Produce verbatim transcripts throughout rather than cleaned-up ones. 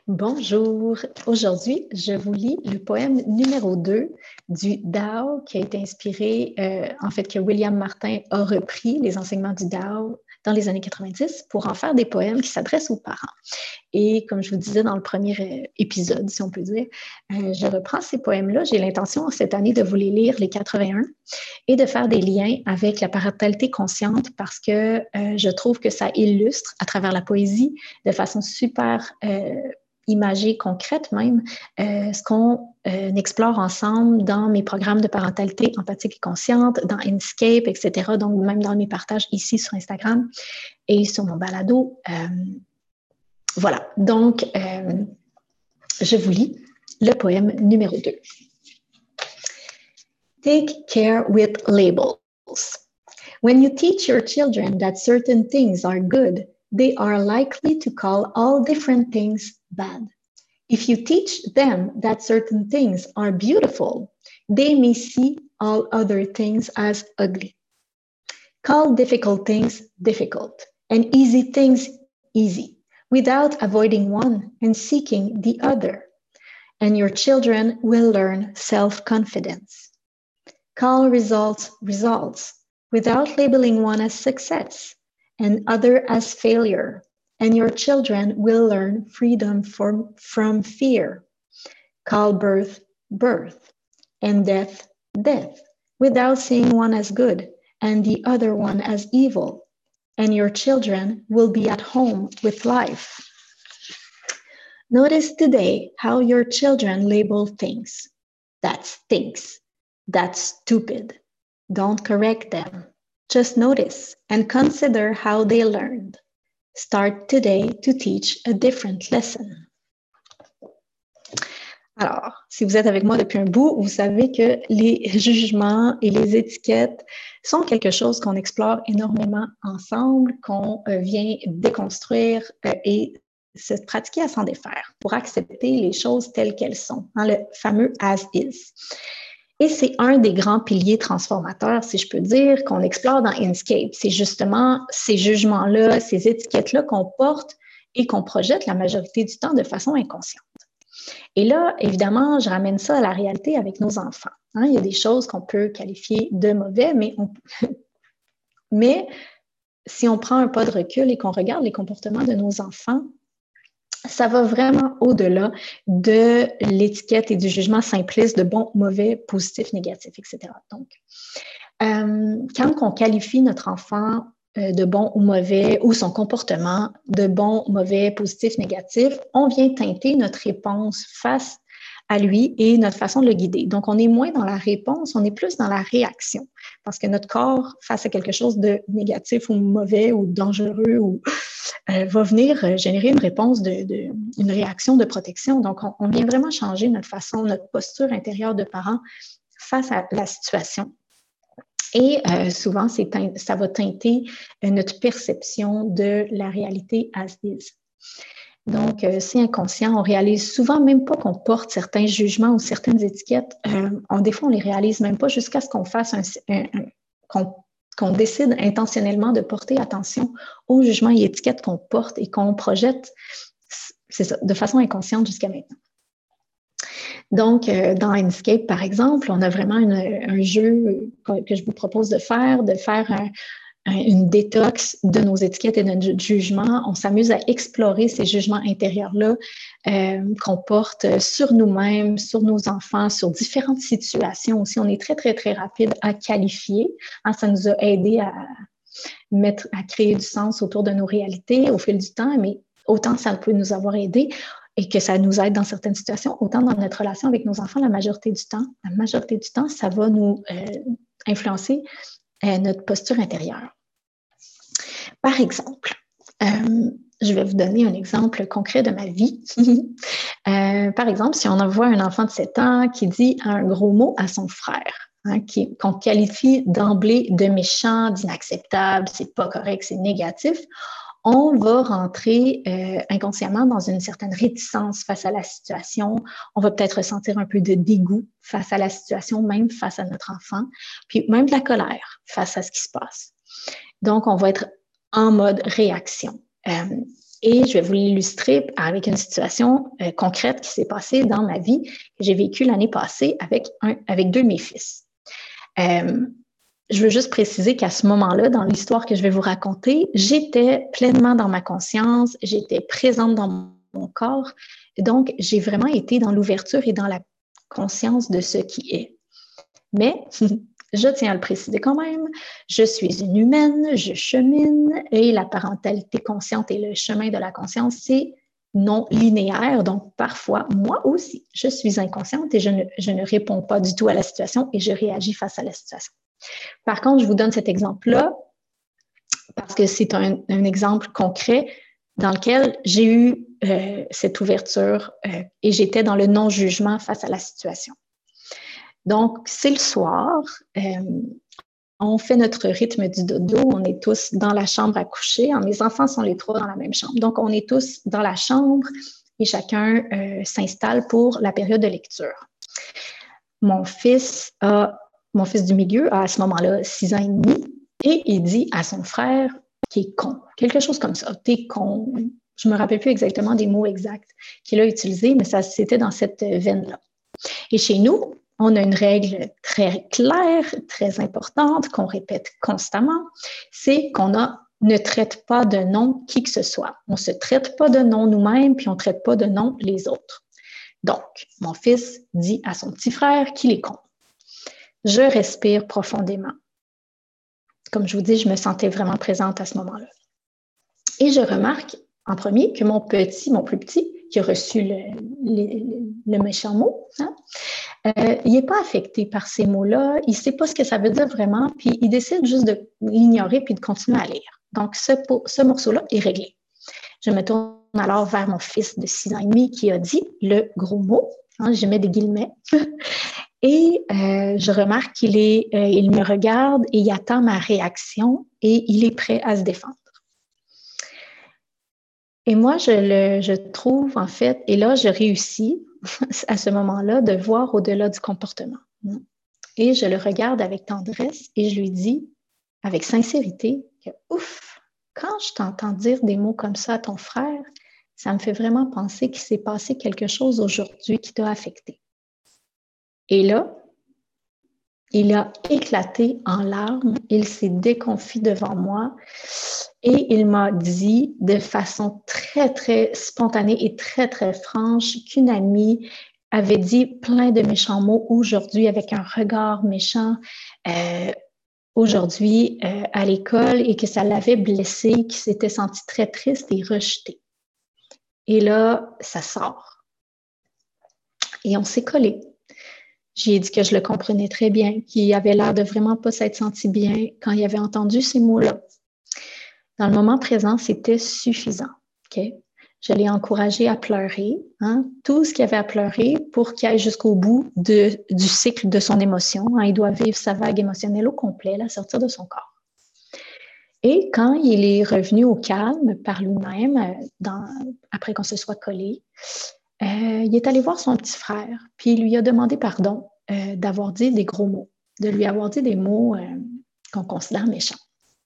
Bonjour. Aujourd'hui, je vous lis le poème numéro deux du Dao qui a été inspiré, euh, en fait, que William Martin a repris les enseignements du Dao dans les années quatre-vingt-dix pour en faire des poèmes qui s'adressent aux parents. Et comme je vous disais dans le premier épisode, si on peut dire, euh, je reprends ces poèmes-là. J'ai l'intention cette année de vous les lire, les quatre-vingt-un, et de faire des liens avec la parentalité consciente parce que euh, je trouve que ça illustre à travers la poésie de façon super euh, imagée, concrète même, euh, ce qu'on euh, explore ensemble dans mes programmes de parentalité empathique et consciente, dans Inscape, et cetera. Donc, même dans mes partages ici sur Instagram et sur mon balado. Euh, voilà. Donc, euh, je vous lis le poème numéro deux. Take care with labels. When you teach your children that certain things are good, they are likely to call all different things bad. If you teach them that certain things are beautiful, they may see all other things as ugly. Call difficult things difficult and easy things easy, without avoiding one and seeking the other, and your children will learn self-confidence. Call results results, without labeling one as success and other as failure, and your children will learn freedom from, from fear. Call birth birth, and death death, without seeing one as good and the other one as evil, and your children will be at home with life. Notice today how your children label things. That's things. That's stupid. Don't correct them. Just notice and consider how they learned. Start today to teach a different lesson. Alors, si vous êtes avec moi depuis un bout, vous savez que les jugements et les étiquettes sont quelque chose qu'on explore énormément ensemble, qu'on euh, vient déconstruire euh, et se pratiquer à s'en défaire pour accepter les choses telles qu'elles sont, hein, le fameux « as is ». Et c'est un des grands piliers transformateurs, si je peux dire, qu'on explore dans Inscape. C'est justement ces jugements-là, ces étiquettes-là qu'on porte et qu'on projette la majorité du temps de façon inconsciente. Et là, évidemment, je ramène ça à la réalité avec nos enfants. Hein, il y a des choses qu'on peut qualifier de mauvais, mais, on... mais si on prend un pas de recul et qu'on regarde les comportements de nos enfants, ça va vraiment au-delà de l'étiquette et du jugement simpliste de bon, mauvais, positif, négatif, et cetera. Donc, euh, quand on qualifie notre enfant euh, de bon ou mauvais ou son comportement de bon, mauvais, positif, négatif, on vient teinter notre réponse face à lui et notre façon de le guider. Donc, on est moins dans la réponse, on est plus dans la réaction parce que notre corps, face à quelque chose de négatif ou mauvais ou dangereux, ou, euh, va venir générer une réponse, de, de, une réaction de protection. Donc, on, on vient vraiment changer notre façon, notre posture intérieure de parent face à la situation. Et euh, souvent, c'est teint, ça va teinter euh, notre perception de la réalité as is. Donc, euh, c'est inconscient. On réalise souvent même pas qu'on porte certains jugements ou certaines étiquettes. Euh, on, des fois, on les réalise même pas jusqu'à ce qu'on fasse un, un, un qu'on, qu'on décide intentionnellement de porter attention aux jugements et étiquettes qu'on porte et qu'on projette, c'est ça, de façon inconsciente jusqu'à maintenant. Donc, euh, dans Inscape, par exemple, on a vraiment une, un jeu que, que je vous propose de faire, de faire un, une détox de nos étiquettes et de notre jugement. On s'amuse à explorer ces jugements intérieurs-là euh, qu'on porte sur nous-mêmes, sur nos enfants, sur différentes situations aussi. On est très, très, très rapide à qualifier. Hein, ça nous a aidé à, mettre, à créer du sens autour de nos réalités au fil du temps, mais autant ça peut nous avoir aidé et que ça nous aide dans certaines situations, autant dans notre relation avec nos enfants, la majorité du temps, la majorité du temps, ça va nous euh, influencer euh, notre posture intérieure. Par exemple, euh, je vais vous donner un exemple concret de ma vie. euh, par exemple, si on envoie un enfant de sept ans qui dit un gros mot à son frère, hein, qui, qu'on qualifie d'emblée de méchant, d'inacceptable, c'est pas correct, c'est négatif, on va rentrer euh, inconsciemment dans une certaine réticence face à la situation. On va peut-être ressentir un peu de dégoût face à la situation, même face à notre enfant, puis même de la colère face à ce qui se passe. Donc, on va être en mode réaction. Euh, Et je vais vous l'illustrer avec une situation euh, concrète qui s'est passée dans ma vie que j'ai vécue l'année passée avec, un, avec deux de mes fils. Euh, je veux juste préciser qu'à ce moment-là, dans l'histoire que je vais vous raconter, j'étais pleinement dans ma conscience, j'étais présente dans mon corps. Donc, j'ai vraiment été dans l'ouverture et dans la conscience de ce qui est. Mais, je tiens à le préciser quand même, je suis une humaine, je chemine et la parentalité consciente et le chemin de la conscience, c'est non linéaire. Donc, parfois, moi aussi, je suis inconsciente et je ne, je ne réponds pas du tout à la situation et je réagis face à la situation. Par contre, je vous donne cet exemple-là parce que c'est un, un exemple concret dans lequel j'ai eu euh, cette ouverture euh, et j'étais dans le non-jugement face à la situation. Donc, c'est le soir, euh, on fait notre rythme du dodo, on est tous dans la chambre à coucher. Mes enfants sont les trois dans la même chambre. Donc, on est tous dans la chambre et chacun euh, s'installe pour la période de lecture. Mon fils a, mon fils du milieu a à ce moment-là six ans et demi et il dit à son frère qui est con, quelque chose comme ça, t'es con. Je me rappelle plus exactement des mots exacts qu'il a utilisés, mais ça c'était dans cette veine-là. Et chez nous, on a une règle très claire, très importante, qu'on répète constamment, c'est qu'on a, ne traite pas de nom qui que ce soit. On ne se traite pas de nom nous-mêmes, puis on ne traite pas de nom les autres. Donc, mon fils dit à son petit frère qu'il est con. Je respire profondément. Comme je vous dis, je me sentais vraiment présente à ce moment-là. Et je remarque en premier que mon petit, mon plus petit, qui a reçu le, le, le méchant mot, hein, euh, il n'est pas affecté par ces mots-là, il ne sait pas ce que ça veut dire vraiment, puis il décide juste de l'ignorer puis de continuer à lire. Donc, ce, ce morceau-là est réglé. Je me tourne alors vers mon fils de six ans et demi qui a dit le gros mot, hein, je mets des guillemets, et euh, je remarque qu'il est, euh, il me regarde et il attend ma réaction et il est prêt à se défendre. Et moi, je le je trouve, en fait, et là, je réussis à ce moment-là de voir au-delà du comportement. Et je le regarde avec tendresse et je lui dis, avec sincérité, que ouf, quand je t'entends dire des mots comme ça à ton frère, ça me fait vraiment penser qu'il s'est passé quelque chose aujourd'hui qui t'a affecté. Et là, il a éclaté en larmes, il s'est déconfit devant moi et il m'a dit de façon très, très spontanée et très, très franche qu'une amie avait dit plein de méchants mots aujourd'hui avec un regard méchant euh, aujourd'hui euh, à l'école et que ça l'avait blessé, qu'il s'était senti très triste et rejeté. Et là, ça sort. Et on s'est collés. J'ai dit que je le comprenais très bien, qu'il avait l'air de vraiment pas s'être senti bien quand il avait entendu ces mots-là. Dans le moment présent, c'était suffisant. Okay? Je l'ai encouragé à pleurer, hein, tout ce qu'il avait à pleurer pour qu'il aille jusqu'au bout de, du cycle de son émotion. Hein, il doit vivre sa vague émotionnelle au complet, la sortir de son corps. Et quand il est revenu au calme par lui-même, dans, après qu'on se soit collé, Euh, il est allé voir son petit frère, puis il lui a demandé pardon euh, d'avoir dit des gros mots, de lui avoir dit des mots euh, qu'on considère méchants.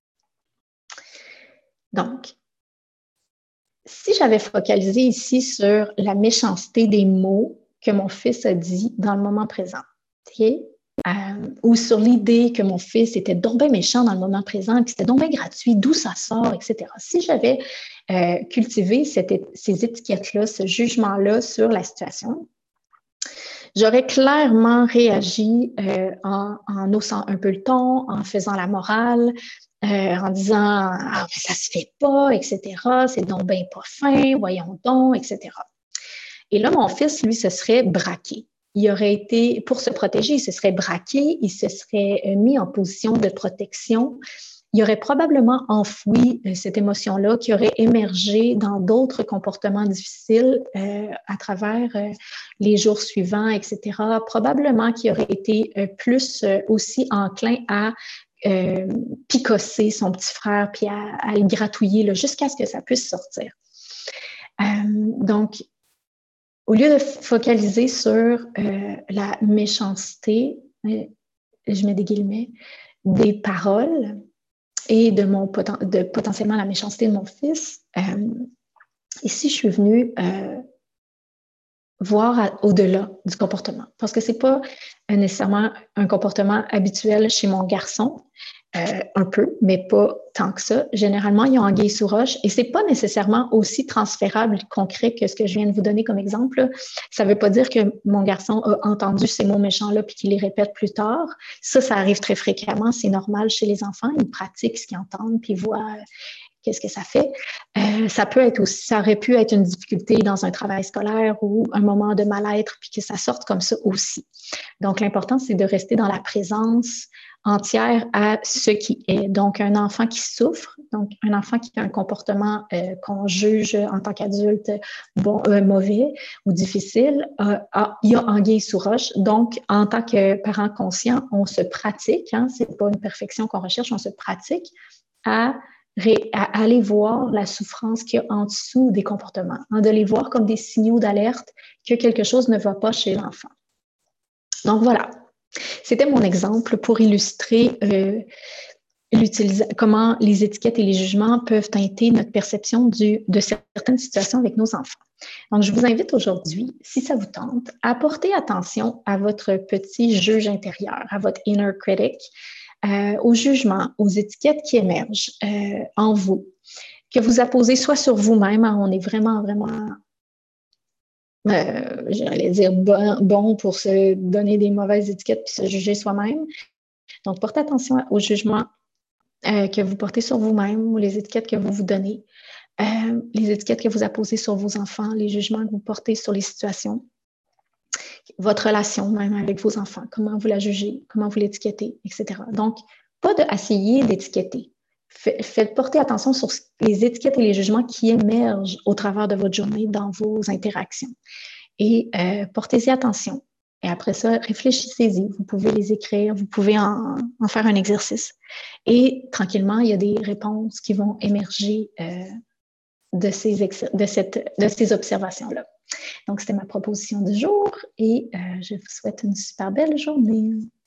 Donc, si j'avais focalisé ici sur la méchanceté des mots que mon fils a dit dans le moment présent, okay? euh, ou sur l'idée que mon fils était donc bien méchant dans le moment présent, que c'était donc bien gratuit, d'où ça sort, et cetera. Si j'avais euh, cultivé cette, ces étiquettes-là, ce jugement-là sur la situation, j'aurais clairement réagi euh, en, en haussant un peu le ton, en faisant la morale, euh, en disant « Ah, mais ça se fait pas, et cetera. C'est donc bien pas fin, voyons donc, et cetera » Et là, mon fils, lui, se serait braqué. Il aurait été, pour se protéger, il se serait braqué, il se serait mis en position de protection. Il aurait probablement enfoui euh, cette émotion-là qui aurait émergé dans d'autres comportements difficiles euh, à travers euh, les jours suivants, et cetera. Probablement qu'il aurait été euh, plus euh, aussi enclin à euh, picosser son petit frère puis à, à le gratouiller là, jusqu'à ce que ça puisse sortir. Euh, donc, au lieu de focaliser sur euh, la méchanceté, euh, je mets des guillemets, des paroles, et de, mon poten- de potentiellement la méchanceté de mon fils, euh, Et si je suis venue euh, voir à, au-delà du comportement, parce que c'est pas nécessairement un comportement habituel chez mon garçon, euh, un peu, mais pas tant que ça. Généralement, il y a anguille sous roche et c'est pas nécessairement aussi transférable, concret que ce que je viens de vous donner comme exemple. Ça veut pas dire que mon garçon a entendu ces mots méchants-là puis qu'il les répète plus tard. Ça, ça arrive très fréquemment. C'est normal chez les enfants. Ils pratiquent ce qu'ils entendent puis ils voient qu'est-ce que ça fait. Euh, ça peut être aussi, ça aurait pu être une difficulté dans un travail scolaire ou un moment de mal-être, puis que ça sorte comme ça aussi. Donc, l'important, c'est de rester dans la présence entière à ce qui est. Donc, un enfant qui souffre, donc un enfant qui a un comportement euh, qu'on juge en tant qu'adulte bon, euh, mauvais ou difficile, euh, ah, il y a anguille sous roche. Donc, en tant que parent conscient, on se pratique, hein, c'est pas une perfection qu'on recherche, on se pratique à à aller voir la souffrance qu'il y a en dessous des comportements, hein, de les voir comme des signaux d'alerte que quelque chose ne va pas chez l'enfant. Donc voilà, c'était mon exemple pour illustrer euh, comment les étiquettes et les jugements peuvent teinter notre perception du, de certaines situations avec nos enfants. Donc, je vous invite aujourd'hui, si ça vous tente, à porter attention à votre petit juge intérieur, à votre inner critic, euh, aux jugements, aux étiquettes qui émergent euh, en vous, que vous apposez soit sur vous-même, hein, on est vraiment, vraiment, euh, j'allais dire bon, bon pour se donner des mauvaises étiquettes puis se juger soi-même. Donc, portez attention aux jugements euh, que vous portez sur vous-même ou les étiquettes que vous vous donnez, euh, les étiquettes que vous apposez sur vos enfants, les jugements que vous portez sur les situations, votre relation même avec vos enfants, comment vous la jugez, comment vous l'étiquettez, et cetera. Donc, pas d'essayer d'étiqueter. Faites porter attention sur les étiquettes et les jugements qui émergent au travers de votre journée dans vos interactions. Et euh, portez-y attention. Et après ça, réfléchissez-y. Vous pouvez les écrire, vous pouvez en, en faire un exercice. Et tranquillement, il y a des réponses qui vont émerger euh, de ces, de cette, de ces observations-là. Donc, c'était ma proposition du jour et euh, je vous souhaite une super belle journée.